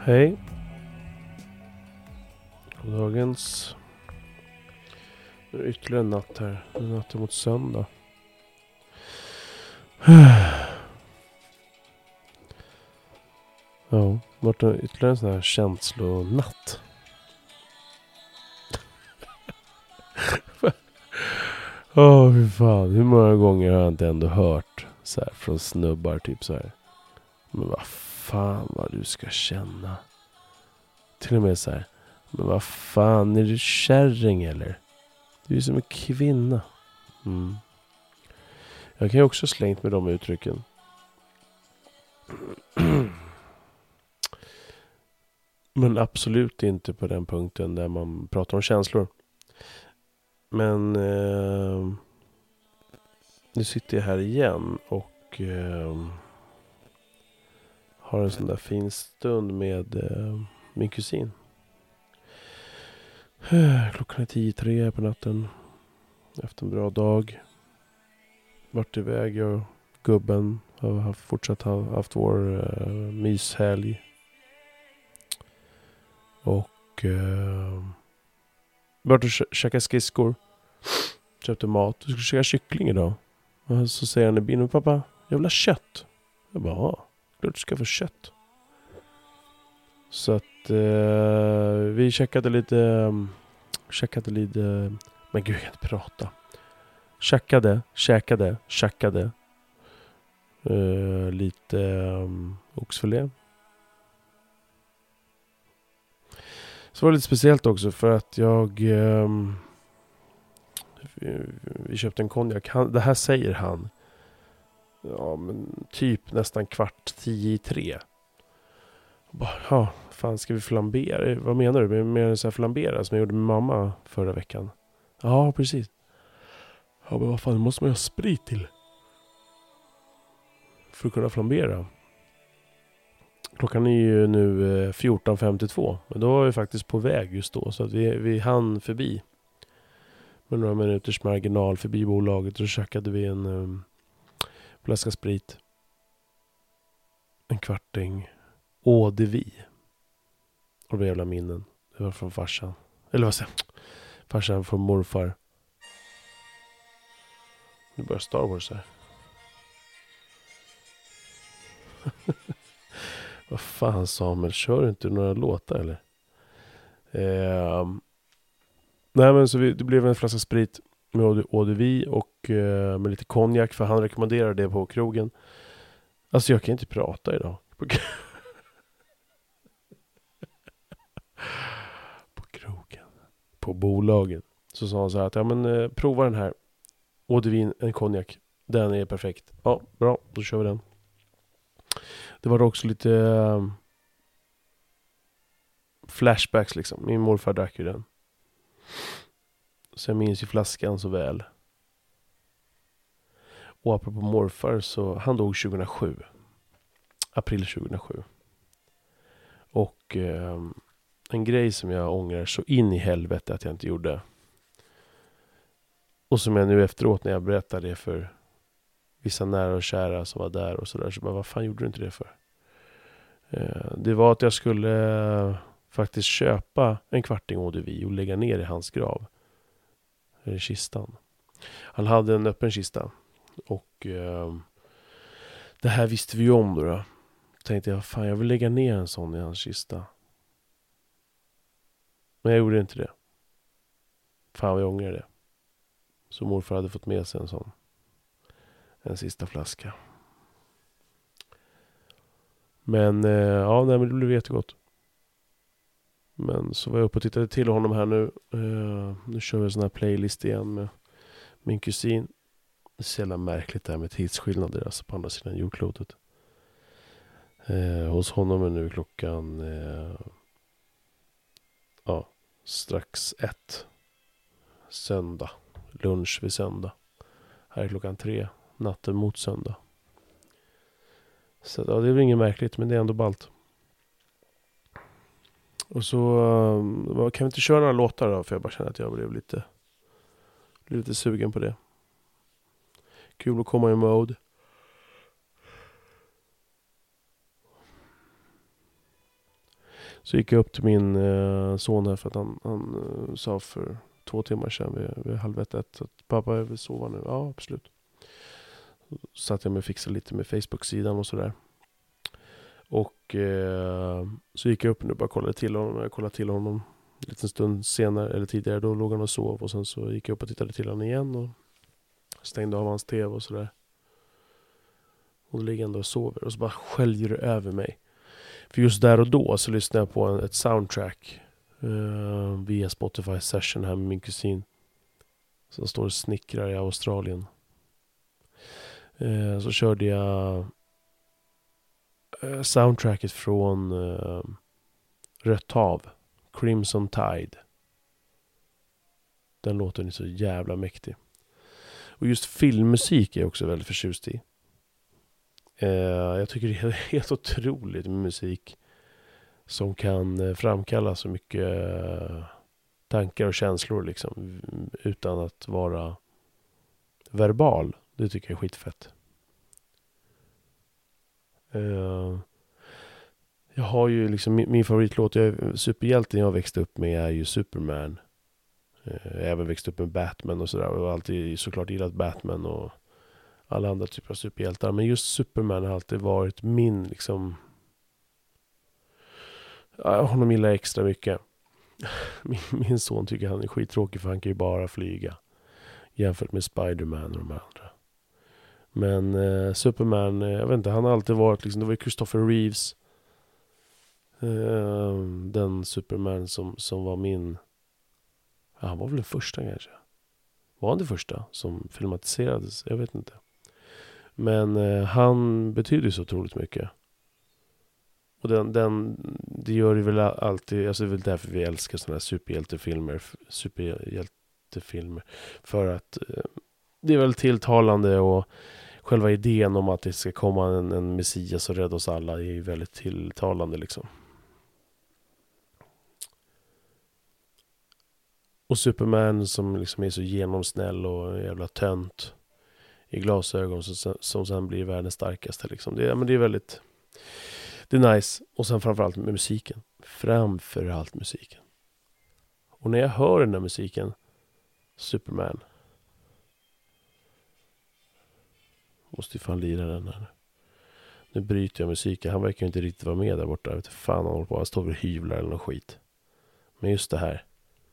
Hej. Dagens. Nu är det ytterligare en natt här. Det är natten mot söndag. Ja, vart det ytterligare en sån här känslonatt. Fy fan. Hur många gånger har jag inte ändå hört så här från snubbar typ så här. Men vad fan vad du ska känna. Till och med så här. Men vad fan, är du kärring eller? Du är som en kvinna. Jag kan ju också slängt med de uttrycken. Men absolut inte på den punkten där man pratar om känslor. Men nu sitter jag här igen och har en sån där fin stund med min kusin. Klockan är 10:03 på natten. Efter en bra dag. Vart iväg jag och gubben har fortsatt haft vår myshelg. Och vart och käka skridskor. Köpte mat. Du skulle käka kyckling idag. Och så säger han i bilen: pappa, jag vill ha kött. Jag bara, ja, klart du ska få kött. Så att vi käkade lite. Men gud, jag kan inte prata. Käkade. Lite oxfilé. Så var det lite speciellt också för att vi köpte en konjak. Det här säger han. Ja, men typ nästan 2:45. Bara, ja, fan ska vi flambera? Vad menar du? Mer så här flambera som jag gjorde med mamma förra veckan. Ja, precis. Ja, men vad fan, måste man ju ha sprit till för att kunna flambera. Klockan är ju nu 14:52. Men då var vi faktiskt på väg just då. Så att vi hann förbi. Med några minuters marginal förbi bolaget. Och så käkade vi en flaska sprit. En kvarting. Ådevi. Och det jävla minnen. Det var från farsan. Eller vad säger jag? Farsan från morfar. Nu börjar Star Wars här. Vad fan Samuel, kör inte några låtar eller? Nej men så det blev en flaska sprit med ODV och med lite konjak, för han rekommenderade det på krogen. Alltså jag kan inte prata idag. På krogen. På bolaget. Så sa han så här att ja men prova den här ODV, en konjak. Den är perfekt. Ja, bra, då kör vi den. Det var också lite flashbacks liksom. Min morfar drack ju den. Så jag minns ju flaskan så väl. Och apropå morfar så han dog 2007. April 2007. Och en grej som jag ångrar så in i helvete att jag inte gjorde. Och som jag nu efteråt när jag berättade det för vissa nära och kära som var där och sådär. Så bara, vad fan gjorde du inte det för? Det var att jag skulle faktiskt köpa en kvarting ODV och lägga ner i hans grav. I kistan. Han hade en öppen kista. Och det här visste vi ju om då. Tänkte jag, fan jag vill lägga ner en sån i hans kista. Men jag gjorde inte det. Fan jag ångrar det. Så morfar hade fått med sig en sån. En sista flaska. Men ja, nej, men det blev jättegott. Men så var jag uppe och tittade till honom här nu. Nu kör vi en sån här playlist igen med min kusin. Det är så jävla märkligt det här med tidsskillnader alltså på andra sidan jordklotet. Hos honom är nu klockan strax 1. Söndag. Lunch vid söndag. Här är klockan 3. Natten mot söndag. Så ja, det är väl inget märkligt, men det är ändå ballt. Och så kan vi inte köra några låtar då? För jag bara känner att jag blev lite sugen på det. Kul att komma i mode. Så gick jag upp till min son här för att han sa för 2 timmar sedan vid 12:30 att pappa, jag vill sova nu. Ja, absolut. Så satt jag mig och fixade lite med Facebook-sidan och sådär. Och så gick jag upp nu och bara kollade till honom. Jag kollade till honom en liten stund senare, eller tidigare, då låg han och sov. Och sen så gick jag upp och tittade till honom igen och stängde av hans tv och sådär. Och då ligger han då och sover och så bara sköljer det över mig. För just där och då så lyssnade jag på ett soundtrack via Spotify Session här med min kusin. Som står och snickrar i Australien. Så körde jag soundtracket från Rött hav, Crimson Tide. Den låten är så jävla mäktig. Och just filmmusik är jag också väldigt förtjust i. Jag tycker det är helt otroligt med musik som kan framkalla så mycket tankar och känslor liksom, utan att vara verbal. Det tycker jag är skitfett. Jag har ju liksom min favoritlåt, superhjälten jag växte upp med är ju Superman. Jag har även växt upp med Batman och sådär, och jag har alltid såklart gillat Batman och alla andra typer av superhjältar, men just Superman har alltid varit min liksom, honom gillar jag extra mycket. Min son tycker han är skittråkig för han kan ju bara flyga jämfört med Spider-Man och de andra. Men Superman, jag vet inte, han har alltid varit liksom, det var ju Christopher Reeves, den Superman som var min, han var väl den första kanske. Var han det första som filmatiserades? Jag vet inte. Men han betyder så otroligt mycket. Och det gör det väl alltid, alltså det är väl därför vi älskar sådana här superhjältefilmer. För att det är väl tilltalande, och själva idén om att det ska komma en Messias och rädda oss alla är ju väldigt tilltalande liksom. Och Superman som liksom är så genomsnäll och jävla tönt i glasögon som sen blir världens starkaste liksom. Det är väldigt, det är nice. Och sen framförallt med musiken. Framförallt musiken. Och när jag hör den där musiken, Superman, måste ju fan lira den här. Nu bryter jag musiken. Han verkar ju inte riktigt vara med där borta. Jag vet inte fan han håller på. Han står och hyvlar eller något skit. Men just det här.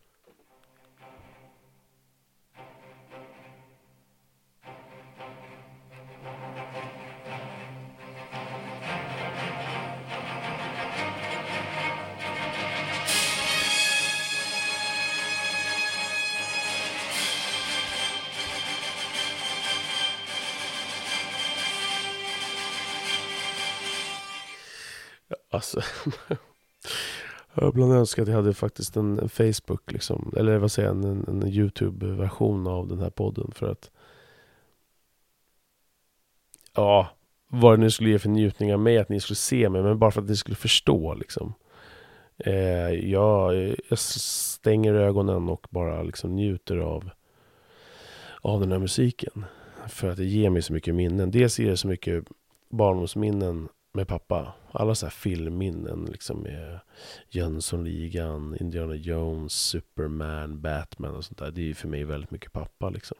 Alltså, jag har ibland önskat att jag hade faktiskt en Facebook liksom, eller vad säger jag, en YouTube-version av den här podden, för att ja, vad det nu skulle ge för njutning av mig att ni skulle se mig, men bara för att ni skulle förstå liksom. Jag stänger ögonen och bara liksom njuter av den här musiken, för att det ger mig så mycket minnen. Dels ger det så mycket barndomsminnen med pappa. Alla så här filmminnen liksom, med Jönssonligan, Indiana Jones, Superman, Batman och sånt där. Det är ju för mig väldigt mycket pappa liksom.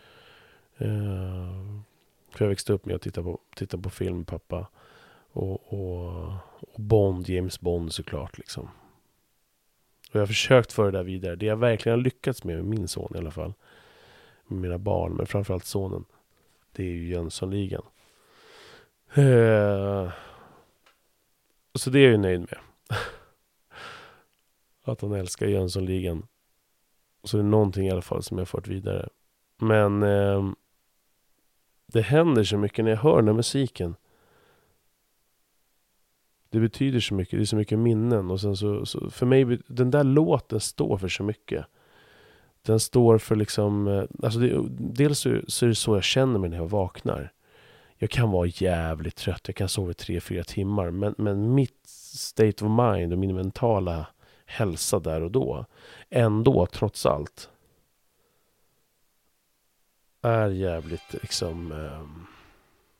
För jag växte upp med att titta på film med pappa. Och Bond, James Bond såklart liksom. Och jag har försökt föra det där vidare. Det jag verkligen har lyckats med min son i alla fall, med mina barn, men framförallt sonen, det är ju Jönssonligan. Så det är jag ju nöjd med. Att han älskar Jönssonligan. Så det är någonting i alla fall som jag har fått vidare. Men det händer så mycket när jag hör den här musiken. Det betyder så mycket. Det är så mycket minnen. Och sen så för mig, den där låten står för så mycket. Den står för liksom, alltså dels så är det så jag känner mig när jag vaknar. Jag kan vara jävligt trött. Jag kan sova 3-4 timmar. Men mitt state of mind och min mentala hälsa där och då, ändå trots allt, är jävligt liksom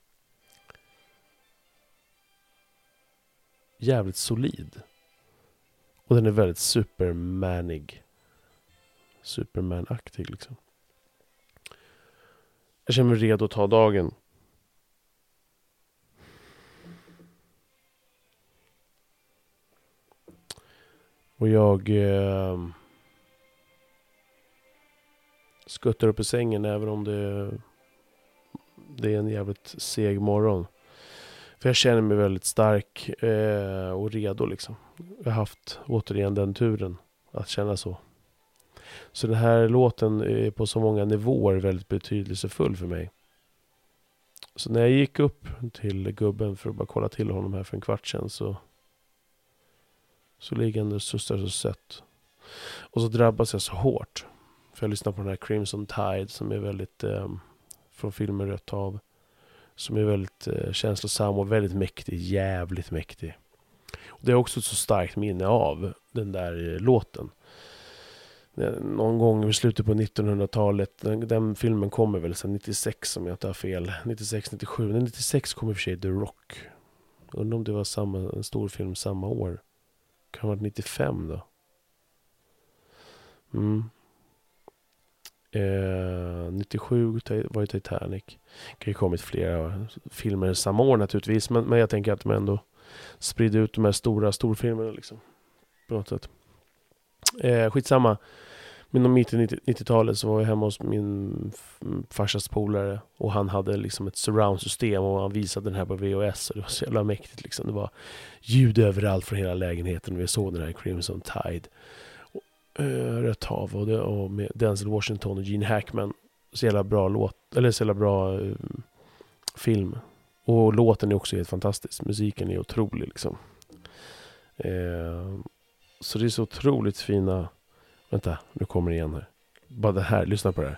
jävligt solid. Och den är väldigt Superman-aktig liksom. Jag känner mig redo att ta dagen. Och jag skuttar upp i sängen även om det är en jävligt seg morgon. För jag känner mig väldigt stark och redo liksom. Jag har haft återigen den turen att känna så. Så den här låten är på så många nivåer väldigt betydelsefull för mig. Så när jag gick upp till gubben för att bara kolla till honom här för en kvart sedan så ligger han och sustar så sött. Och så drabbas jag så hårt. För jag lyssnar på den här Crimson Tide som är väldigt från filmen Rött hav. Som är väldigt känslosam och väldigt mäktig, jävligt mäktig. Och det är också ett så starkt minne av den där låten. Någon gång i slutet på 1900-talet, den filmen kommer väl sedan 96 om jag inte har fel. 96-97, 96 kommer i och för sig The Rock. Undrar om det var en stor film samma år. Kan ha varit 95 då. 97 var ju Titanic. Kan ju kommit flera filmer samma år naturligtvis. Men jag tänker att de ändå sprider ut de här storfilmerna liksom. På något sätt. Skitsamma. Men mitt i 90-talet så var jag hemma hos min farsas polare. Och han hade liksom ett surround-system. Och han visade den här på VHS. Och det var så jävla mäktigt liksom. Det var ljud överallt från hela lägenheten. Vi såg den här Crimson Tide. Rött hav och med Denzel Washington och Gene Hackman. Så jävla bra låt. Eller så jävla bra film. Och låten är också helt fantastisk. Musiken är otrolig liksom. Så det är så otroligt fina. Vänta, nu kommer det igen här. Bara det här, lyssna på det här.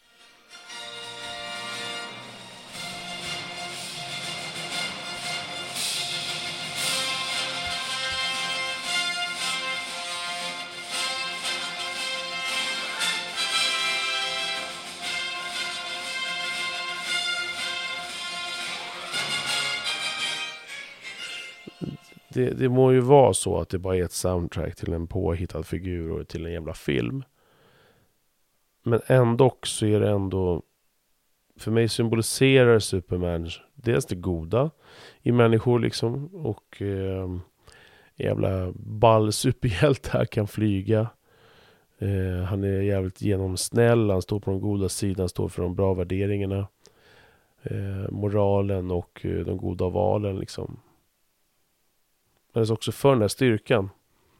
Det må ju vara så att det bara är ett soundtrack till en påhittad figur och till en jävla film. Men ändå så är det ändå, för mig symboliserar Superman dels det goda i människor liksom, och jävla ball superhjältar kan flyga. Han är jävligt genomsnäll, han står på den goda sidan, står för de bra värderingarna, moralen och de goda valen liksom. Men det är också för den här styrkan.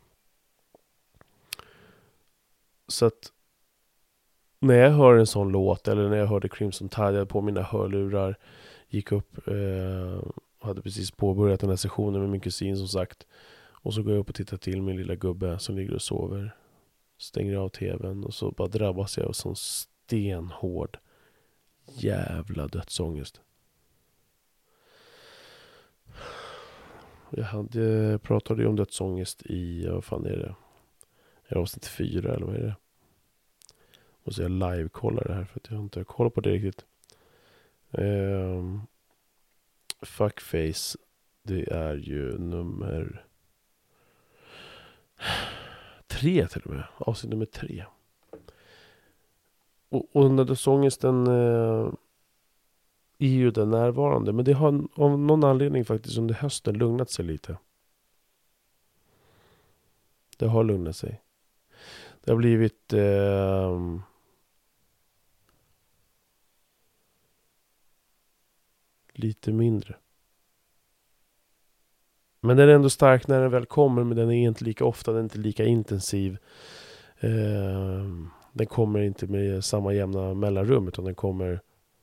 Så att när jag hör en sån låt, eller när jag hörde Crimson Tide på mina hörlurar, gick upp hade precis påbörjat den här sessionen med min kusin som sagt, och så går jag upp och tittar till min lilla gubbe som ligger och sover, stänger av tvn och så bara drabbas jag av sån stenhård jävla dödsångest. Jag pratade ju om dödsångest i, vad fan är det? Är det avsnitt 4 eller vad är det? Och så jag live-kollar det här för att jag inte har koll på det riktigt. Fuckface, det är ju nummer 3 till och med. Avsnitt nummer 3. Och den där dödsångesten är ju den närvarande. Men det har av någon anledning faktiskt under hösten lugnat sig lite. Det har lugnat sig. Det har blivit lite mindre. Men den är ändå stark när den väl kommer. Men den är inte lika ofta. Den är inte lika intensiv. Den kommer inte med samma jämna mellanrum. Utan den kommer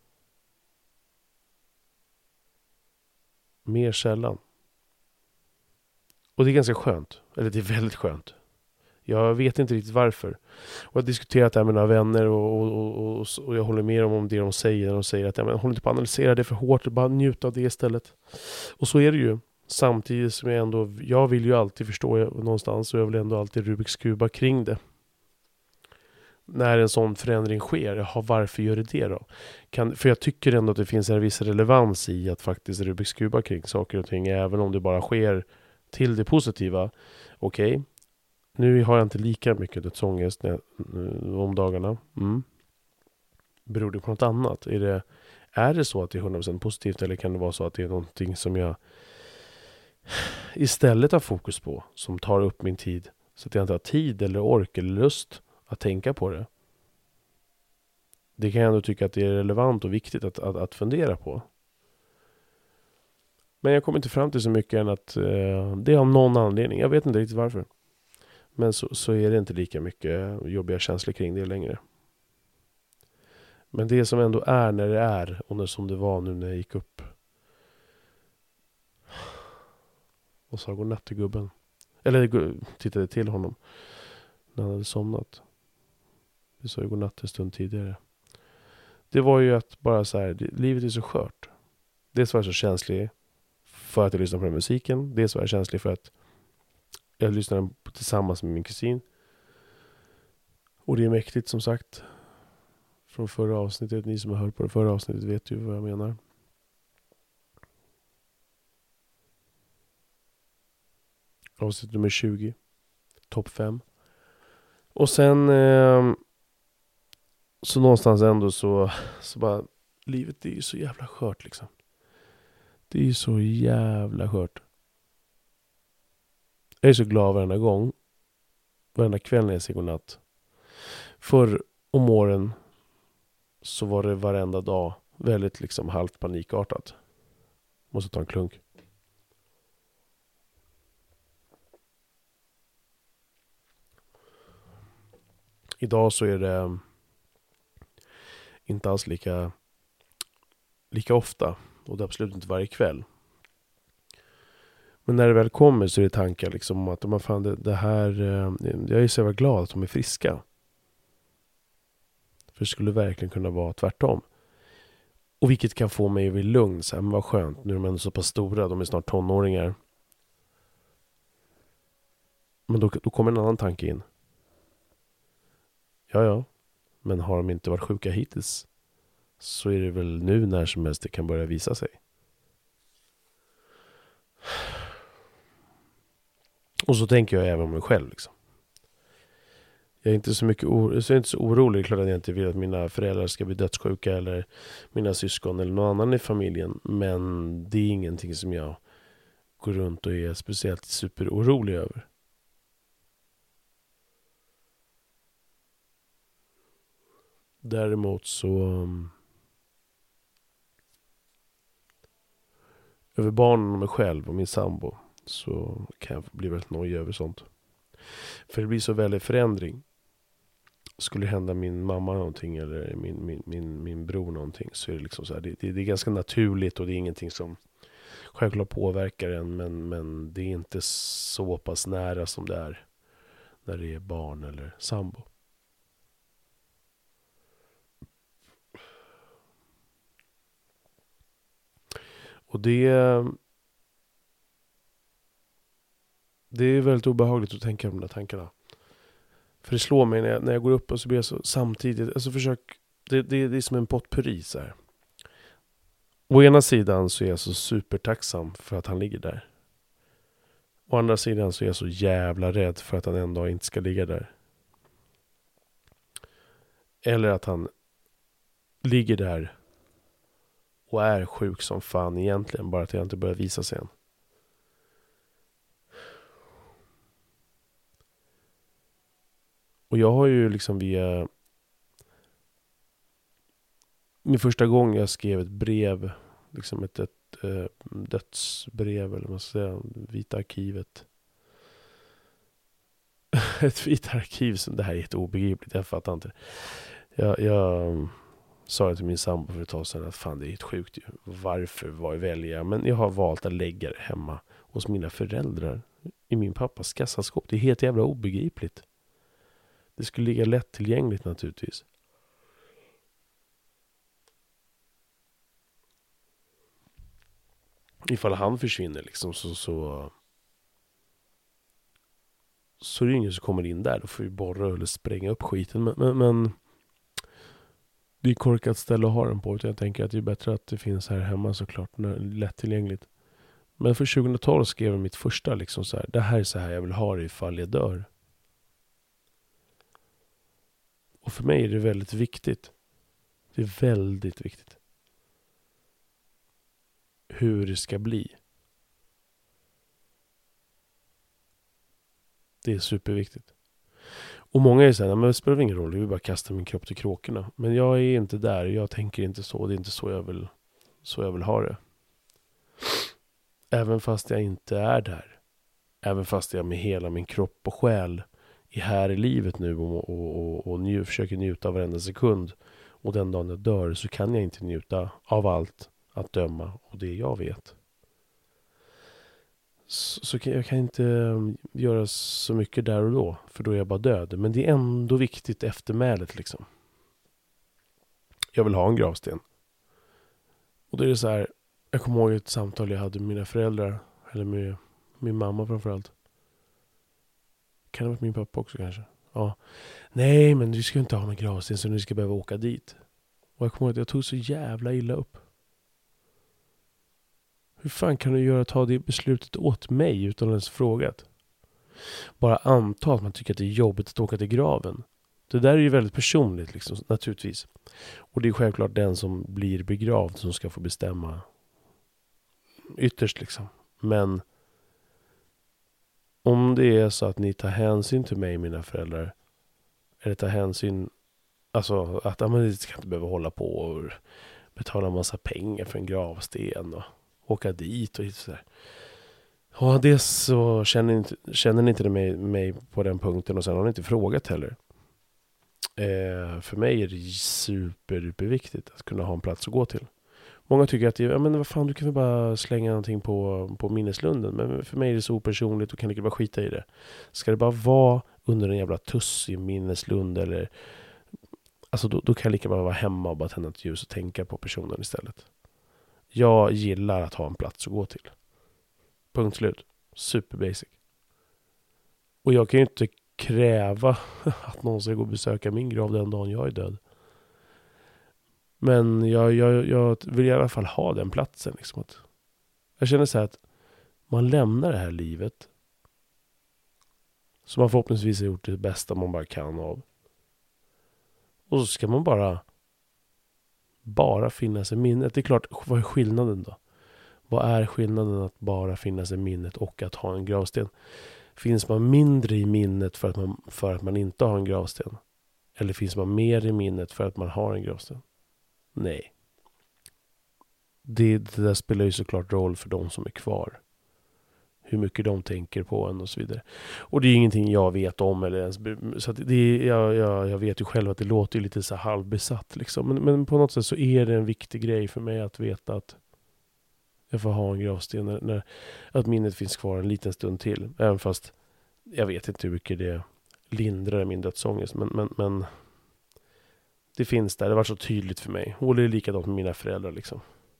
mer sällan. Och det är ganska skönt. Eller det är väldigt skönt. Jag vet inte riktigt varför. Och jag har diskuterat det här med några vänner och jag håller med om det de säger. De säger att håll inte på att analysera det för hårt, bara njuta av det istället. Och så är det ju. Samtidigt som jag vill ju alltid förstå någonstans, och jag vill ändå alltid Rubiks kuba kring det. När en sån förändring sker, varför gör det då? För jag tycker ändå att det finns en viss relevans i att faktiskt Rubiks kuba kring saker och ting, även om det bara sker till det positiva. Okej. Nu har jag inte lika mycket dödsångest om dagarna. Beror det på något annat? Är det så att det är 100% positivt, eller kan det vara så att det är någonting som jag istället har fokus på, som tar upp min tid, så att jag inte har tid eller ork eller lust att tänka på det? Det kan jag ändå tycka att det är relevant och viktigt att fundera på. Men jag kommer inte fram till så mycket än att det är av någon anledning. Jag vet inte riktigt varför. Men så är det inte lika mycket jobbiga känslor kring det längre. Men det som ändå är när det är, och det som det var nu när jag gick upp och sa godnatt till gubben. Eller tittade till honom när han hade somnat. Vi sa ju godnatt en stund tidigare. Det var ju att bara så här, livet är så skört. Dels var jag så känslig för att jag lyssnade på den musiken. Dels var jag känslig för att jag lyssnade tillsammans med min kusin. Och det är mäktigt, som sagt. Från förra avsnittet. Ni som har hört på det förra avsnittet vet ju vad jag menar. Avsnitt nummer 20. Topp 5. Och sen så någonstans ändå så bara, livet är ju så jävla skört liksom. Det är ju så jävla skört. Jag är så glad varenda gång. Varenda kväll när jag säger godnatt. Förr om åren så var det varenda dag väldigt liksom halvt panikartat. Måste ta en klunk. Idag så är det inte alls lika ofta. Och det är absolut inte varje kväll. Men när det väl kommer så är det tankar liksom om att man fan det här... Jag är så jävla glad att de är friska. För det skulle verkligen kunna vara tvärtom. Och vilket kan få mig att bli lugn. Så här, men vad skönt, nu är de ändå så pass stora. De är snart tonåringar. Men då kommer en annan tanke in. Ja. Men har de inte varit sjuka hittills, så är det väl nu när som helst det kan börja visa sig. Och så tänker jag även om mig själv liksom. Jag är inte så mycket orolig. Klart att jag inte vill att mina föräldrar ska bli dödssjuka, eller mina syskon eller någon annan i familjen. Men det är ingenting som jag går runt och är speciellt superorolig över. Däremot så över barnen och mig själv och min sambo, så kan jag bli väldigt nöjd över sånt. För det blir så väldigt förändring. Skulle hända min mamma någonting eller min bror någonting, så är det liksom så här, det är ganska naturligt, och det är ingenting som självklart påverkar en, men det är inte så pass nära som det är när det är barn eller sambo. Och det är väldigt obehagligt att tänka på de där tankarna. För det slår mig när jag går upp, och så blir jag så samtidigt, alltså det är som en potpurri så här. Å ena sidan så är jag så supertacksam för att han ligger där. Å andra sidan så är jag så jävla rädd för att han en dag inte ska ligga där. Eller att han ligger där och är sjuk som fan egentligen, bara att jag inte börjar visa sig än. Och jag har ju liksom via min första gång jag skrev ett brev, liksom ett dödsbrev, eller vad man ska säga, Vita arkivet. Ett vitt arkiv, som det här är helt obegripligt, jag fattar inte. Jag sa det till min sambo för ett tag sedan, att fan, det är helt sjukt ju. Varför välja? Men jag har valt att lägga det hemma hos mina föräldrar i min pappas kassaskåp. Det är helt jävla obegripligt. Det skulle ligga lättillgängligt naturligtvis. Ifall han försvinner liksom, så är det ingen som kommer in där. Då får vi borra eller spränga upp skiten. Men det är korkat ställe att ha den på. Utan jag tänker att det är bättre att det finns här hemma, såklart, lättillgängligt. Men för 2012 skrev jag mitt första liksom så här: det här är så här jag vill ha det ifall jag dör. Och för mig är det väldigt viktigt. Det är väldigt viktigt. Hur det ska bli. Det är superviktigt. Och många är så här, men det spelar ingen roll, jag vill bara kasta min kropp till kråkorna. Men jag är inte där, jag tänker inte så. Det är inte så jag vill ha det. Även fast jag inte är där. Även fast jag med hela min kropp och själ är här i livet nu och försöker njuta av varenda sekund. Och den dagen jag dör så kan jag inte njuta av allt att döma och det jag vet. Så jag kan inte göra så mycket där och då, för då är jag bara död. Men det är ändå viktigt eftermälet liksom. Jag vill ha en gravsten. Och då är det så här, jag kommer ihåg ett samtal jag hade med mina föräldrar, eller med min mamma framförallt. Kan det ha varit min pappa också kanske? Ja. Nej, men du ska inte ha någon gravsten så du ska behöva åka dit. Och jag kommer ihåg att jag tog så jävla illa upp. Hur fan kan du ta det beslutet åt mig utan ens frågat? Bara anta att man tycker att det är jobbigt att åka till graven. Det där är ju väldigt personligt liksom, naturligtvis. Och det är självklart den som blir begravd som ska få bestämma ytterst liksom. Men om det är så att ni tar hänsyn till mig, mina föräldrar, eller tar hänsyn, alltså att man ska inte behöva hålla på och betala en massa pengar för en gravsten och åka dit och sådär. Ja, det så känner ni inte mig på den punkten och sen har ni inte frågat heller. För mig är det superviktigt att kunna ha en plats att gå till. Många tycker att ja, men vad fan, du kan väl bara slänga någonting på minneslunden. Men för mig är det så opersonligt och kan inte bara skita i det. Ska det bara vara under en jävla tuss i minneslund eller alltså då kan jag lika bara vara hemma och bara tända ett ljus och tänka på personen istället. Jag gillar att ha en plats att gå till. Punkt slut. Super basic. Och jag kan ju inte kräva att någon ska gå och besöka min grav den dagen jag är död. Men jag vill i alla fall ha den platsen. Liksom. Jag känner så här att man lämnar det här livet så man förhoppningsvis har gjort det bästa man bara kan av. Och så ska man bara finnas i minnet. Det är klart, vad är skillnaden då? Vad är skillnaden att bara finnas i minnet och att ha en gravsten? Finns man mindre i minnet för att man inte har en gravsten? Eller finns man mer i minnet för att man har en gravsten? Nej. Det där spelar ju såklart roll för de som är kvar. Hur mycket de tänker på en och så vidare. Och det är ingenting jag vet om. Eller ens, så att jag vet ju själv att det låter lite så halvbesatt. Liksom. Men på något sätt så är det en viktig grej för mig att veta att jag får ha en gravsten. Att minnet finns kvar en liten stund till. Även fast jag vet inte hur mycket det lindrar min dödsångest. Men det finns där. Det var så tydligt för mig. Och det är likadant med mina föräldrar. Liksom.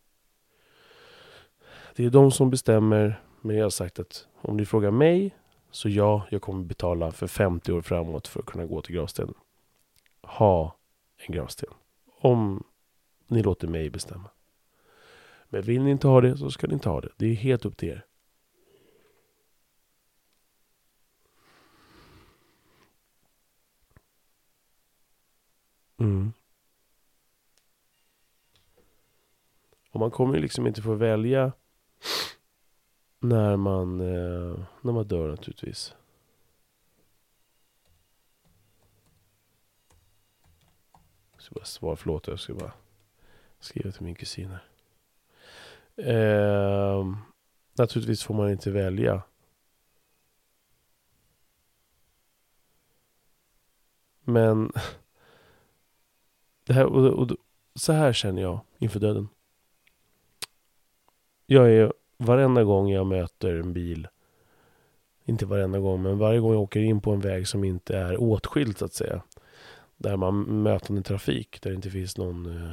Det är de som bestämmer. Men jag har sagt att om ni frågar mig så jag kommer betala för 50 år framåt för att kunna gå till gravstenen. Ha en gravsten. Om ni låter mig bestämma. Men vill ni inte ha det så ska ni inte ha det. Det är helt upp till er. Mm. Och man kommer liksom inte få välja när man dör naturligtvis. Jag ska bara svara, förlåt, jag ska bara skriva till min kusin här. Naturligtvis får man inte välja. Men det här, och så här känner jag inför döden. Jag är varenda gång jag möter en bil, inte varenda gång, men varje gång jag åker in på en väg som inte är åtskild så att säga, där man möter en trafik, där det inte finns någon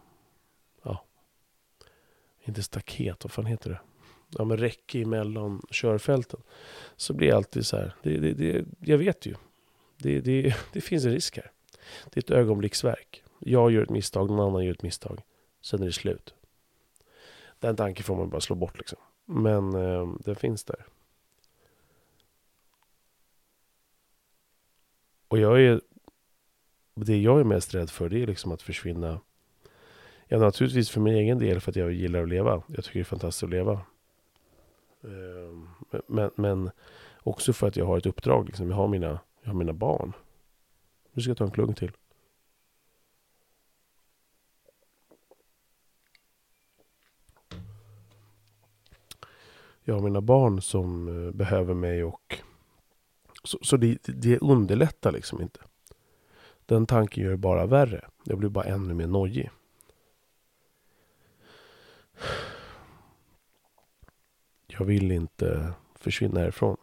inte staket, vad fan heter det? Ja, men räcke emellan körfälten. Så blir det alltid så här. Jag vet ju. Det finns en risk här. Det är ett ögonblicksverk. Jag gör ett misstag, någon annan gör ett misstag. Sen är det slut. Den tanken får man bara slå bort liksom. Men den finns där. Och jag är Det jag är mest rädd för, det är liksom att försvinna. Ja, naturligtvis för min egen del, för att jag gillar att leva. Jag tycker det är fantastiskt att leva. Men också för att jag har ett uppdrag. Liksom. Jag har mina barn. Nu ska jag ta en klunk till. Jag har mina barn som behöver mig, och så det underlättar liksom inte. Den tanken gör det bara värre. Jag blir bara ännu mer nojig. Jag vill inte försvinna härifrån.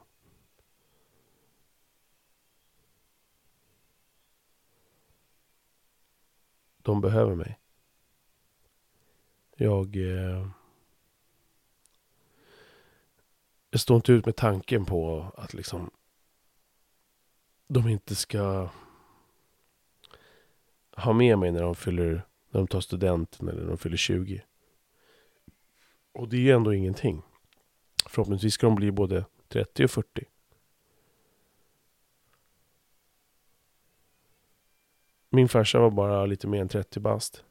De behöver mig. Jag står inte ut med tanken på att liksom de inte ska ha med mig när de tar studenten eller när de fyller 20. Och det är ju ändå ingenting. Förhoppningsvis ska de bli både 30 och 40. Min farsa var bara lite mer än 30 bast.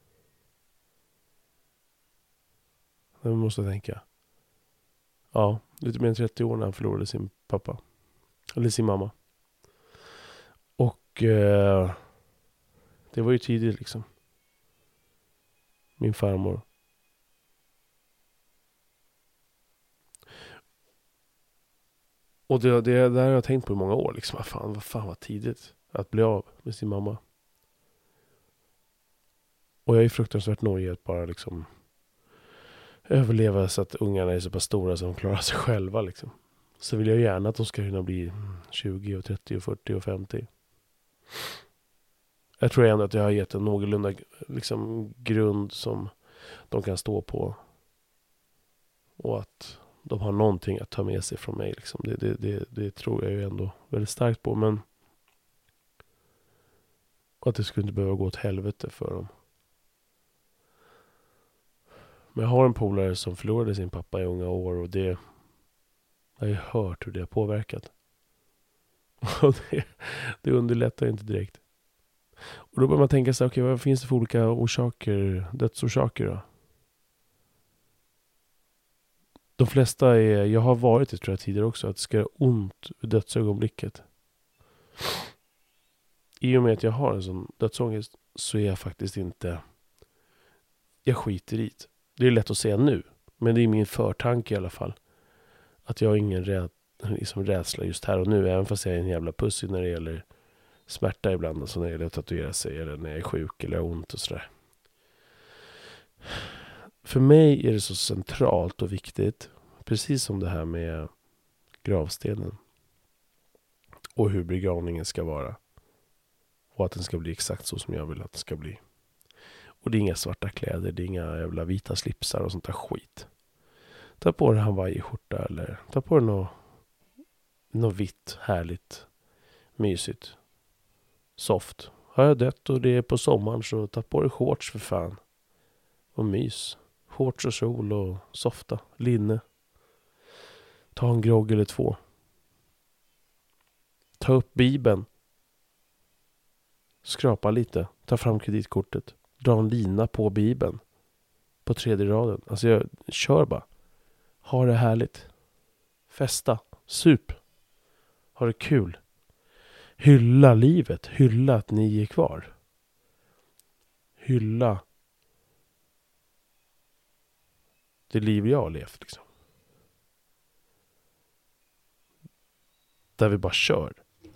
Det måste jag tänka. Ja, lite mer än 30 år när han förlorade sin pappa. Eller sin mamma. Och det var ju tidigt liksom. Min farmor. Och det där har jag tänkt på i många år. Liksom. Vad fan var tidigt att bli av med sin mamma. Och jag är fruktansvärt nöjd att bara liksom överleva så att ungarna är så pass stora så de klarar sig själva. Liksom. Så vill jag gärna att de ska kunna bli 20 och 30 och 40 och 50. Jag tror ändå att jag har gett en någorlunda liksom, grund som de kan stå på. Och att de har någonting att ta med sig från mig. Liksom. Det tror jag ju ändå väldigt starkt på. Men att det skulle inte behöva gå åt helvete för dem. Men jag har en polare som förlorade sin pappa i unga år. Och jag har ju hört hur det har påverkat. Och det underlättar inte direkt. Och då börjar man tänka sig, okej, vad finns det för olika dödsorsaker då? De flesta jag har varit det tror jag tidigare också, att det ska göra ont i dödsögonblicket. I och med att jag har en sån dödsångest så är jag faktiskt inte, jag skiter i det. Det är lätt att säga nu, men det är min förtanke i alla fall. Att jag har ingen rädsla just här och nu, även fast jag är en jävla pussy när det gäller smärta ibland, alltså när det gäller att tatuera sig eller när jag är sjuk eller har ont och sådär. För mig är det så centralt och viktigt, precis som det här med gravstenen och hur begravningen ska vara och att den ska bli exakt så som jag vill att den ska bli. Och det är inga svarta kläder, det är inga jävla vita slipsar och sånt där skit. Ta på dig en hawaiiskjorta eller ta på dig något vitt, härligt, mysigt, soft. Har jag dött och det är på sommaren så ta på dig shorts för fan. Och mys. Shorts och sol och softa, linne. Ta en grogg eller 2. Ta upp Bibeln. Skrapa lite. Ta fram kreditkortet. Dra en lina på Bibeln. På 3:e raden. Alltså jag kör bara. Ha det härligt. Festa. Sup. Ha det kul. Hylla livet. Hylla att ni är kvar. Hylla det liv jag har levt liksom. Där vi bara kör.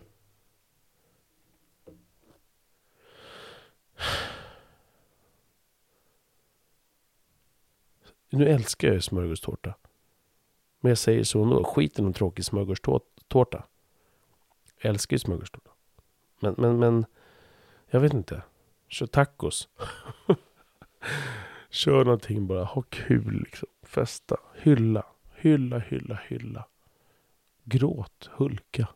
Nu älskar jag smörgåstårta. Men jag säger så ändå. Skit i någon tråkig smörgåstårta. Jag älskar ju smörgåstårta. Men jag vet inte. Kör tacos. Kör någonting bara. Ha kul liksom. Festa. Hylla. Gråt. Hulka.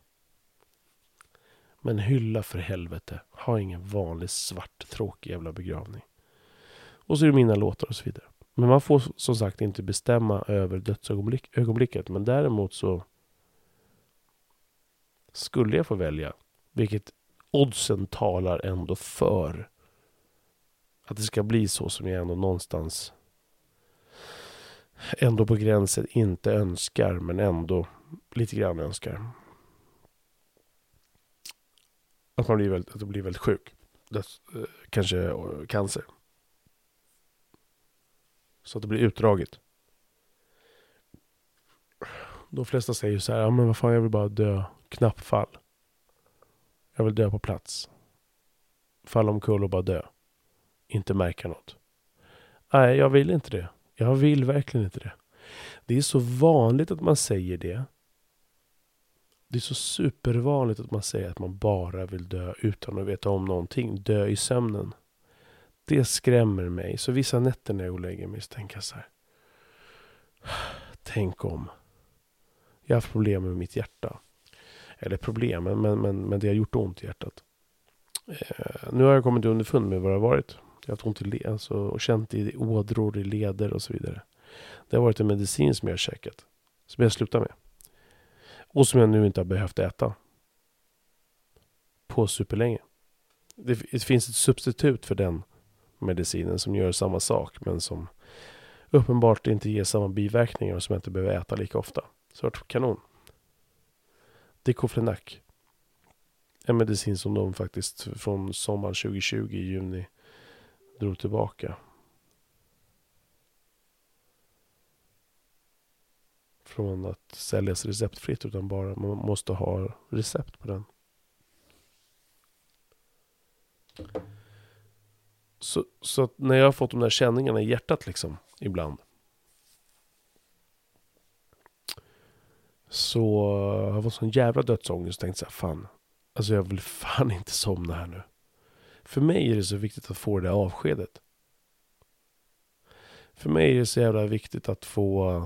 Men hylla för helvete. Ha ingen vanlig svart tråkig jävla begravning. Och så är det mina låtar och så vidare. Men man får som sagt inte bestämma över dödsögonblicket. Men däremot så skulle jag få välja, vilket oddsen talar ändå för att det ska bli så som jag ändå någonstans ändå på gränsen inte önskar, men ändå lite grann önskar. Att man blir väldigt sjuk. Kanske cancer. Så att det blir utdraget. De flesta säger så här: ja men vad fan, jag vill bara dö. Knappfall. Jag vill dö på plats. Falla omkull och bara dö. Inte märka något. Nej, jag vill inte det. Jag vill verkligen inte det. Det är så vanligt att man säger det. Det är så supervanligt att man säger att man bara vill dö utan att veta om någonting. Dö i sömnen. Det skrämmer mig. Så vissa nätter när jag lägger mig så tänker jag så här: tänk om. Jag har haft problem med mitt hjärta. Eller problem, men det har gjort ont i hjärtat. Nu har jag kommit underfund med vad det har varit. Jag har haft ont i och känt i ådror, i leder och så vidare. Det har varit en medicin som jag har käkat. Som jag slutar med. Och som jag nu inte har behövt äta. På superlänge. Det finns ett substitut för den medicinen som gör samma sak. Men som uppenbart inte ger samma biverkningar och som jag inte behöver äta lika ofta. Så det var kanon. Diclofenac. En medicin som de faktiskt från sommaren 2020 i juni drog tillbaka. Från att säljas receptfritt, utan bara man måste ha recept på den. Så att när jag har fått de där känningarna i hjärtat liksom ibland, så har jag fått sån jävla dödsångest och tänkt så här: fan, alltså jag vill fan inte somna här nu. För mig är det så viktigt att få det där avskedet. För mig är det så jävla viktigt att få,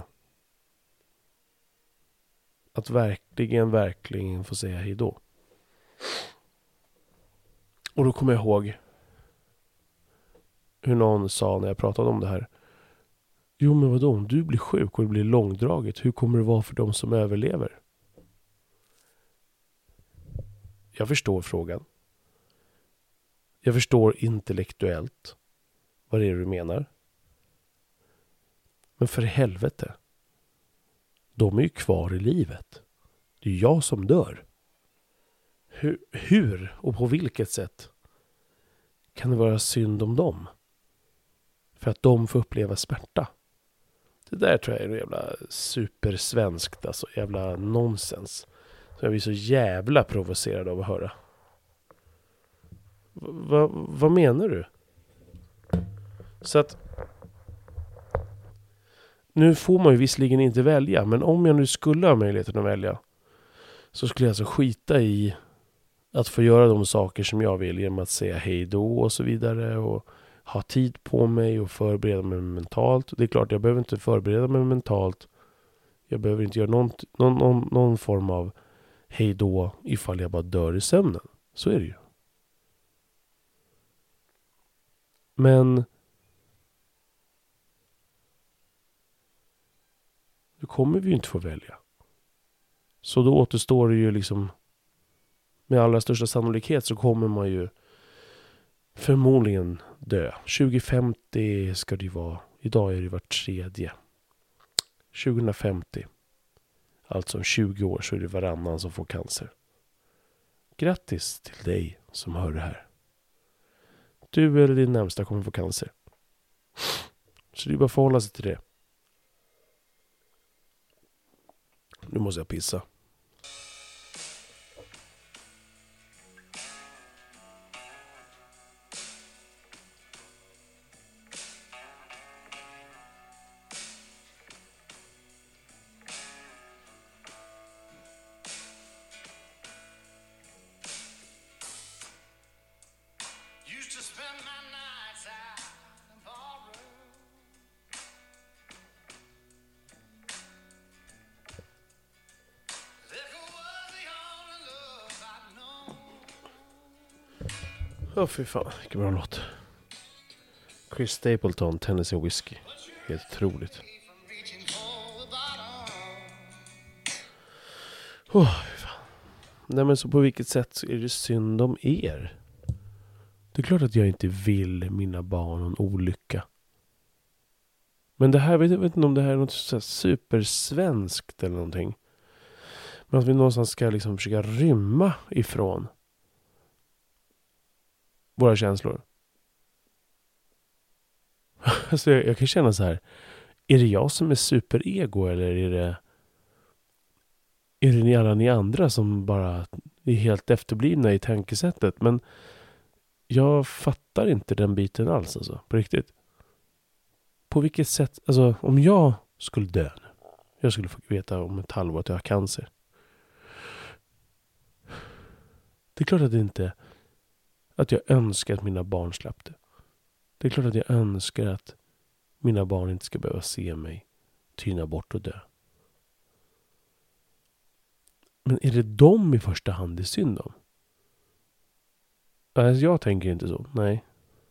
att verkligen få säga hej då. Och då kommer jag ihåg hur någon sa när jag pratade om det här: jo men vadå, om du blir sjuk och det blir långdraget, hur kommer det vara för de som överlever? Jag förstår frågan. Jag förstår intellektuellt vad det är du menar. Men för helvete, de är ju kvar i livet. Det är jag som dör. Hur och på vilket sätt kan det vara synd om dem? För att de får uppleva smärta. Det där tror jag är jävla supersvenskt, alltså jävla nonsens. Så jag blir så jävla provocerad av att höra. Vad menar du? Så att nu får man ju visserligen inte välja, men om jag nu skulle ha möjligheten att välja, så skulle jag alltså skita i att få göra de saker som jag vill genom att säga hej då och så vidare, och ha tid på mig och förbereda mig mentalt. Det är klart, jag behöver inte förbereda mig mentalt. Jag behöver inte göra någon form av hej då ifall jag bara dör i sömnen. Så är det ju. Men nu kommer vi ju inte få välja. Så då återstår det ju liksom, med allra största sannolikhet så kommer man ju förmodligen dö. 2050 ska det ju vara. Idag är det var tredje. 2050. Alltså om 20 år så är det varannan som får cancer. Grattis till dig som hör det här. Du eller din närmsta kommer få cancer. Så det är bara att förhålla sig till det. Nu måste jag pissa. Fy fan, vilken bra låt. Chris Stapleton, Tennessee Whiskey. Helt otroligt. Fy fan. Nej, men så på vilket sätt är det synd om er? Det är klart att jag inte vill mina barn någon olycka. Men det här, jag vet inte om det här är något så här supersvenskt eller någonting. Men att vi någonstans ska liksom försöka rymma ifrån våra känslor. Alltså jag kan känna så här. Är det jag som är superego eller är det alla ni andra som bara är helt efterblivna i tankesättet? Men jag fattar inte den biten alls alltså, på riktigt. På vilket sätt, alltså om jag skulle dö nu. Jag skulle få veta om ett halvår att jag har cancer. Det är klart att det inte, att jag önskar att mina barn slapp det. Det är klart att jag önskar att mina barn inte ska behöva se mig tyna bort och dö. Men är det dem i första hand det är synd om? Alltså jag tänker inte så, nej.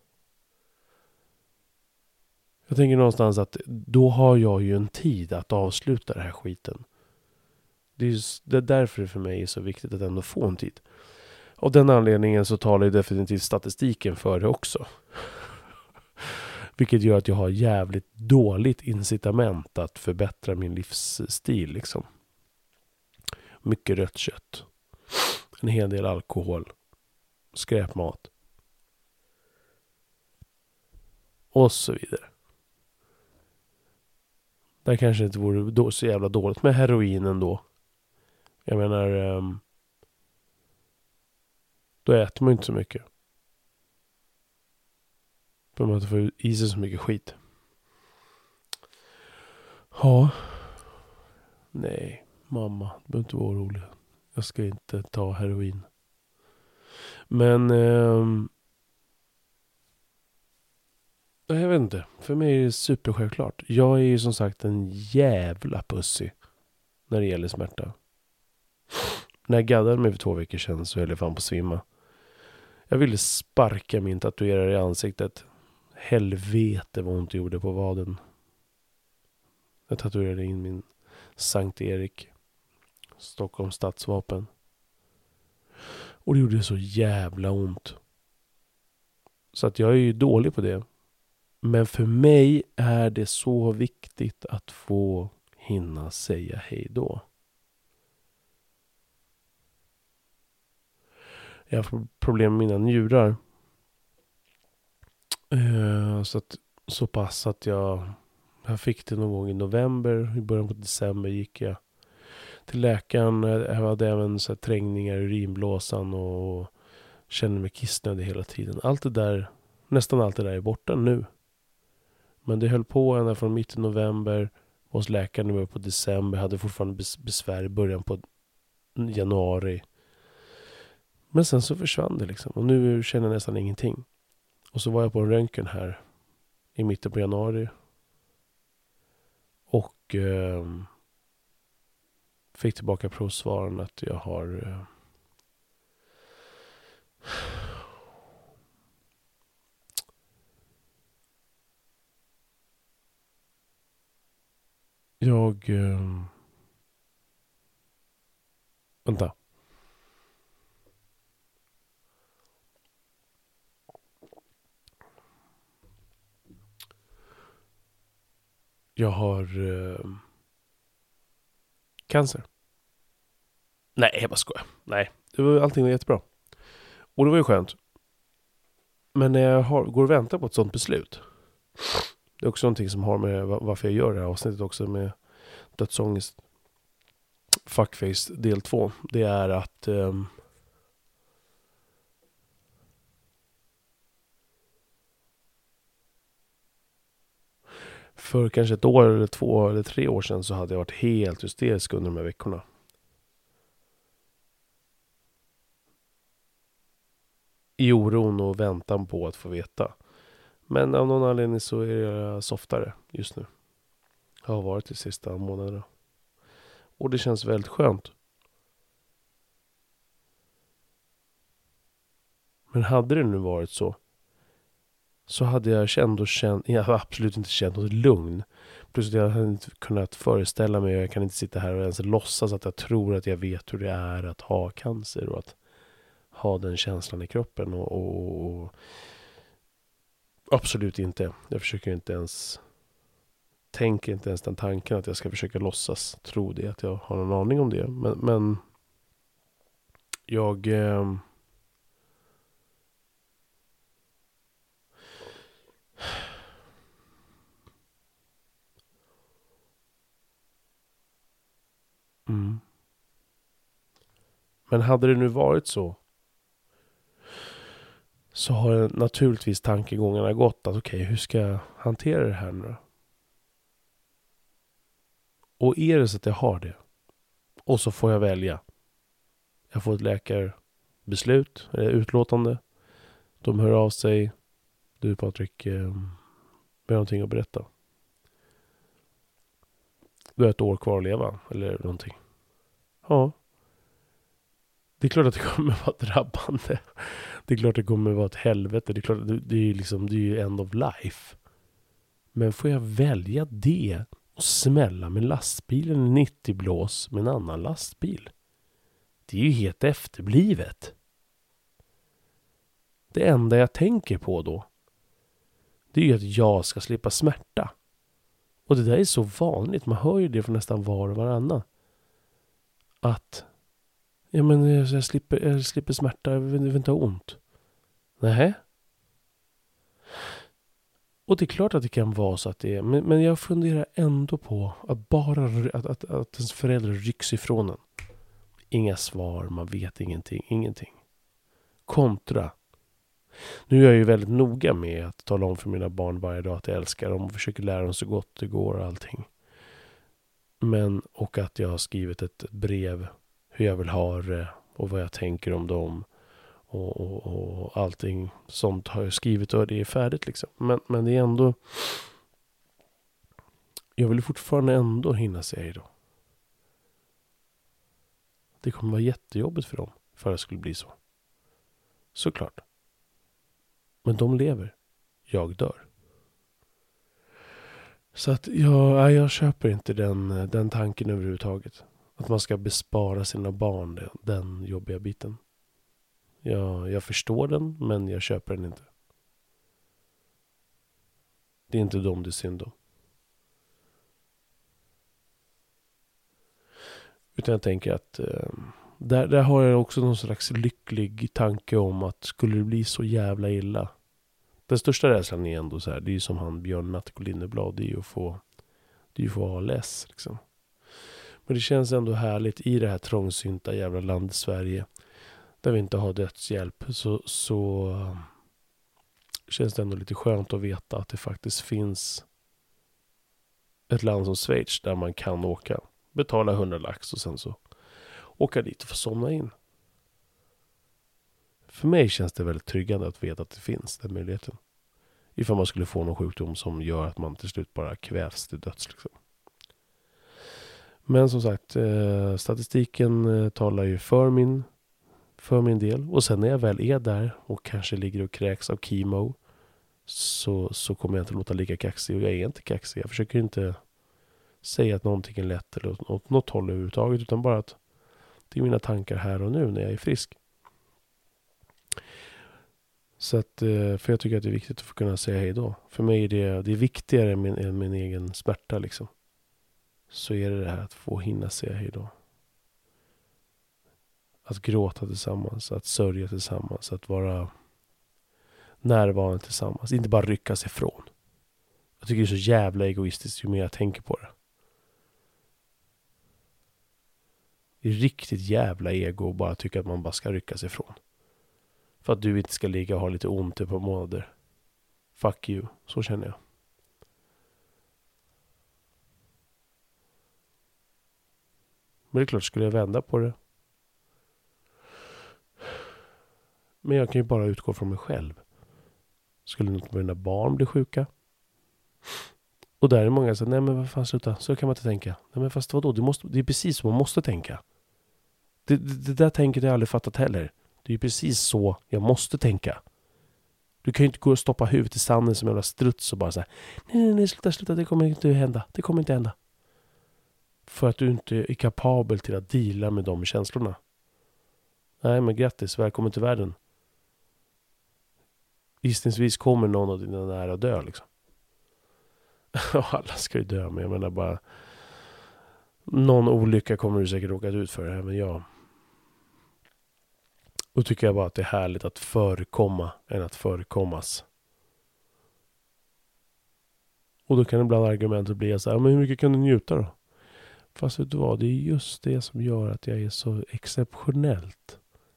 Jag tänker någonstans att då har jag ju en tid att avsluta den här skiten. Det är därför det för mig är så viktigt att ändå få en tid. Av den anledningen så talar ju definitivt statistiken för det också. Vilket gör att jag har jävligt dåligt incitament att förbättra min livsstil liksom. Mycket rött kött. En hel del alkohol. Skräpmat. Och så vidare. Det kanske inte vore så jävla dåligt med heroin ändå. Jag menar, då äter man inte så mycket. För man får i sig så mycket skit. Ja. Nej, mamma, du behöver inte vara orolig. Jag ska inte ta heroin. Men jag vet inte. För mig är det supersjälvklart. Jag är ju som sagt en jävla pussy när det gäller smärta. När jag gaddade mig för 2 veckor sedan så höll jag fan på att svimma. Jag ville sparka min tatuerare i ansiktet. Helvete vad ont det gjorde på vaden. Jag tatuerade in min Sankt Erik. Stockholms stadsvapen. Och det gjorde så jävla ont. Så att jag är ju dålig på det. Men för mig är det så viktigt att få hinna säga hej då. Jag har problem med mina njurar. Så pass att jag fick det någon gång i november. I början på december gick jag till läkaren. Jag hade även så här trängningar i urinblåsan och kände mig kissnödig hela tiden. Allt det där, nästan allt det där är borta nu. Men det höll på ända från mitten november. Hos läkaren nu på december. Hade fortfarande besvär i början på januari. Men sen så försvann det liksom. Och nu känner jag nästan ingenting. Och så var jag på en röntgen här i mitten på januari. Och fick tillbaka provsvaren att jag har vänta. Jag har cancer. Nej, jag bara skojar. Nej, allting var jättebra. Och det var ju skönt. Men när jag går och väntar på ett sånt beslut. Det är också någonting som har med varför jag gör det här avsnittet också med dödsångest. Fuckface del 2. Det är att för kanske 1 år eller 2 eller 3 år sedan så hade jag varit helt hysterisk under de här veckorna. I oron och väntan på att få veta. Men av någon anledning så är jag softare just nu. Jag har varit de sista månaderna. Och det känns väldigt skönt. Men hade det nu varit så så hade jag jag har absolut inte känt något lugn. Plus att jag hade inte kunnat föreställa mig, och jag kan inte sitta här och ens låtsas att jag tror att jag vet hur det är att ha cancer och att ha den känslan i kroppen. Och absolut inte. Jag försöker inte ens, tänker inte ens den tanken att jag ska försöka låtsas tro det, att jag har någon aning om det. Men jag... Men hade det nu varit så har naturligtvis tankegångarna gått att okej, hur ska jag hantera det här nu? Och är det så att jag har det, och så får jag välja. Jag får ett läkarbeslut, eller utlåtande. De hör av sig. Du Patrik, vi har någonting att berätta. Du har ett år kvar att leva, eller någonting. Ja. Det är klart att det kommer vara drabbande. Det är klart att det kommer vara ett helvete. Det är klart att det är ju end of life. Men får jag välja det och smälla med lastbilen i 90 blås med en annan lastbil? Det är ju helt efterblivet. Det enda jag tänker på då, det är ju att jag ska slippa smärta. Och det där är så vanligt. Man hör ju det från nästan var och varannan. Att ja, men jag slipper smärta, jag vill inte ha ont. Nej. Och det är klart att det kan vara så att det är. Men jag funderar ändå på att ens föräldrar rycks ifrån en. Inga svar, man vet ingenting. Kontra. Nu är jag ju väldigt noga med att tala om för mina barn varje dag att jag älskar dem och försöker lära dem så gott det går och allting. Och att jag har skrivit ett brev hur jag vill ha det och vad jag tänker om dem och allting sånt har jag skrivit och det är färdigt liksom. Men det är ändå, jag vill fortfarande ändå hinna säga hej då. Det kommer vara jättejobbigt för dem för att det skulle bli så. Såklart. Men de lever. Jag dör. Så att jag köper inte den tanken överhuvudtaget. Att man ska bespara sina barn den jobbiga biten. Jag förstår den, men jag köper den inte. Det är inte dem det är synd om. Utan jag tänker att där har jag också någon slags lycklig tanke om att skulle det bli så jävla illa. Den största rädslan är ändå så här, det är ju som han Björn Nattko Lindeblad, det är ju att få ALS liksom. Men det känns ändå härligt i det här trångsynta jävla landet Sverige, där vi inte har dödshjälp, så känns det ändå lite skönt att veta att det faktiskt finns ett land som Schweiz där man kan åka, betala 100 lax och sen så åka dit och få somna in. För mig känns det väldigt tryggande att veta att det finns den möjligheten. Ifall man skulle få någon sjukdom som gör att man till slut bara kvävs till döds liksom. Men som sagt, statistiken talar ju för min del. Och sen när jag väl är där och kanske ligger och kräks av kemo, så kommer jag inte låta lika kaxig. Och jag är inte kaxig. Jag försöker inte säga att någonting är lätt eller åt något håll överhuvudtaget, utan bara att det är mina tankar här och nu när jag är frisk. Så att, för jag tycker att det är viktigt att få kunna säga hej då. För mig är det är viktigare än min egen smärta liksom. Så är det här att få hinna säga hej då. Att gråta tillsammans, att sörja tillsammans, att vara närvarande tillsammans. Inte bara rycka sig ifrån. Jag tycker det är så jävla egoistiskt ju mer jag tänker på det. Det är riktigt jävla ego att bara tycka att man bara ska rycka sig ifrån. För att du inte ska ligga och ha lite ont i ett par månader. Fuck you, så känner jag. Men det är klart, skulle jag vända på det. Men jag kan ju bara utgå från mig själv. Skulle något av mina barn bli sjuka? Och där är många som säger, nej men vad fan, sluta, så kan man inte tänka. Nej men fast vadå, det är precis så man måste tänka. Det där tänket har jag aldrig fattat heller. Det är ju precis så jag måste tänka. Du kan ju inte gå och stoppa huvudet i sanden som en jävla struts och bara så här: nej, sluta, det kommer inte hända. För att du inte är kapabel till att deala med de känslorna. Nej, men grattis, välkommen till världen. Gissningsvis kommer någon av dina nära dö liksom. Alla ska ju dö, men jag menar bara, någon olycka kommer du säkert råkat ut för, även jag. Då tycker jag bara att det är härligt att förekomma än att förekommas. Och då kan ibland argumentet bli så här: men hur mycket kan du njuta då? Fast vet du vad, det är just det som gör att jag är så exceptionellt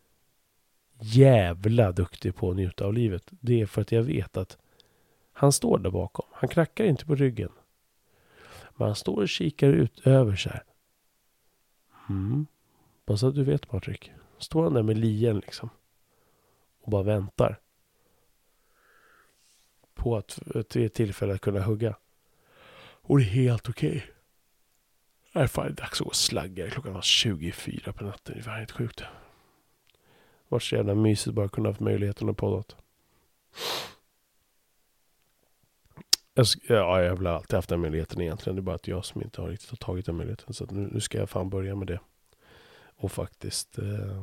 jävla duktig på att njuta av livet. Det är för att jag vet att han står där bakom. Han knackar inte på ryggen. Men han står och kikar ut över så här. Bara så att du vet, Patrik. Står han där med lien liksom. Och bara väntar. På att det är tillfälle att kunna hugga. Och det är helt okej. Det är fan dags att gå och slagga. Klockan var 24 på natten. Det var helt sjukt. Vart så jävla mysigt bara kunna få möjligheten att podda. Jag har väl alltid haft den möjligheten egentligen. Det är bara att jag som inte har riktigt tagit den möjligheten. Så att nu ska jag fan börja med det. Och faktiskt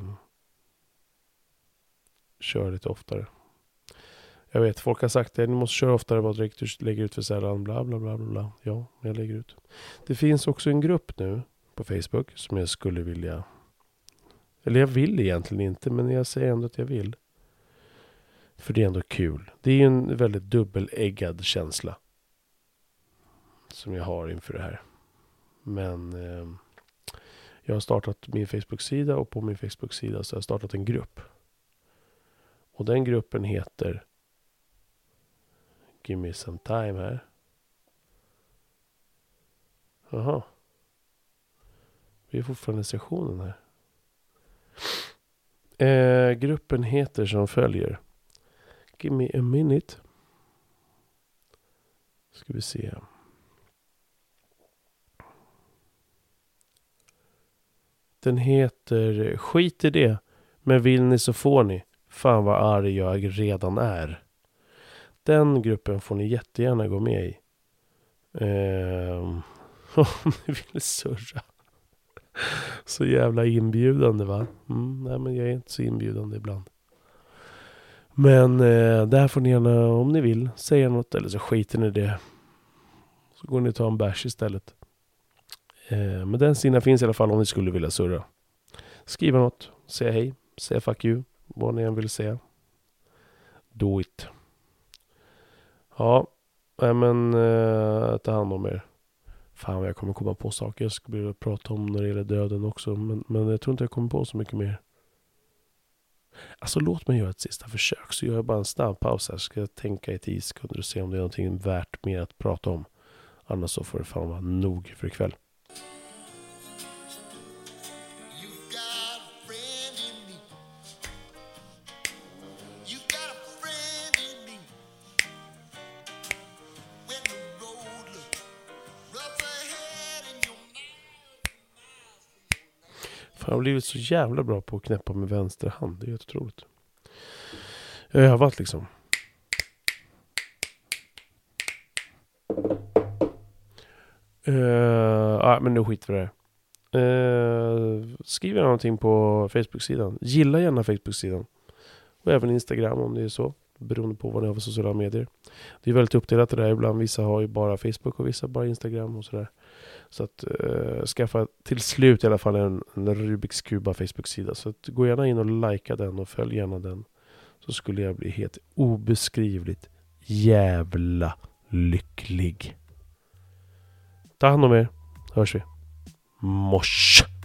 köra lite oftare. Jag vet, folk har sagt att ni måste köra oftare, bara direkt du lägger ut för sällan, bla bla bla bla. Ja, jag lägger ut. Det finns också en grupp nu på Facebook som jag skulle vilja, eller jag vill egentligen inte, men jag säger ändå att jag vill. För det är ändå kul. Det är en väldigt dubbeläggad känsla som jag har inför det här. Men jag har startat min Facebook-sida, och på min Facebook-sida så har jag startat en grupp. Och den gruppen heter Give me some time här. Jaha. Vi är fortfarande i sessionen här. Gruppen heter som följer. Give me a minute. Ska vi se. Den heter Skit i det. Men vill ni så får ni. Fan vad arg jag redan är. Den gruppen får ni jättegärna gå med i. Om ni vill surra. Så jävla inbjudande, va? Nej, men jag är inte så inbjudande ibland. Men där får ni gärna, om ni vill, säga något, eller så skiter ni det. Så går ni och tar en bärs istället. Men den sidan finns i alla fall om ni skulle vilja surra. Skriva något, säga hej, säga fuck you, vad ni än vill säga. Do it. Ja, men ta hand om er. Fan, jag kommer komma på saker jag ska börja prata om när det gäller döden också. Men jag tror inte jag kommer på så mycket mer. Alltså låt mig göra ett sista försök. Så gör jag bara en snabb paus här. Ska jag tänka i 10 sekunder och se om det är någonting värt mer att prata om. Annars så får det fan vara nog för ikväll. Jag har blivit så jävla bra på att knäppa med vänster hand. Det är helt otroligt. Jag har övat liksom. Men nu skiter vi det här. Skriv någonting på Facebook-sidan. Gilla gärna Facebook-sidan. Och även Instagram om det är så. Beroende på vad ni har för sociala medier. Det är väldigt uppdelat det där. Ibland vissa har ju bara Facebook och vissa bara Instagram och sådär. Så att skaffa till slut i alla fall en Rubiks Kuba Facebook-sida. Så att gå gärna in och likea den och följ gärna den. Så skulle jag bli helt obeskrivligt jävla lycklig. Ta hand om er. Hörs vi. Mors.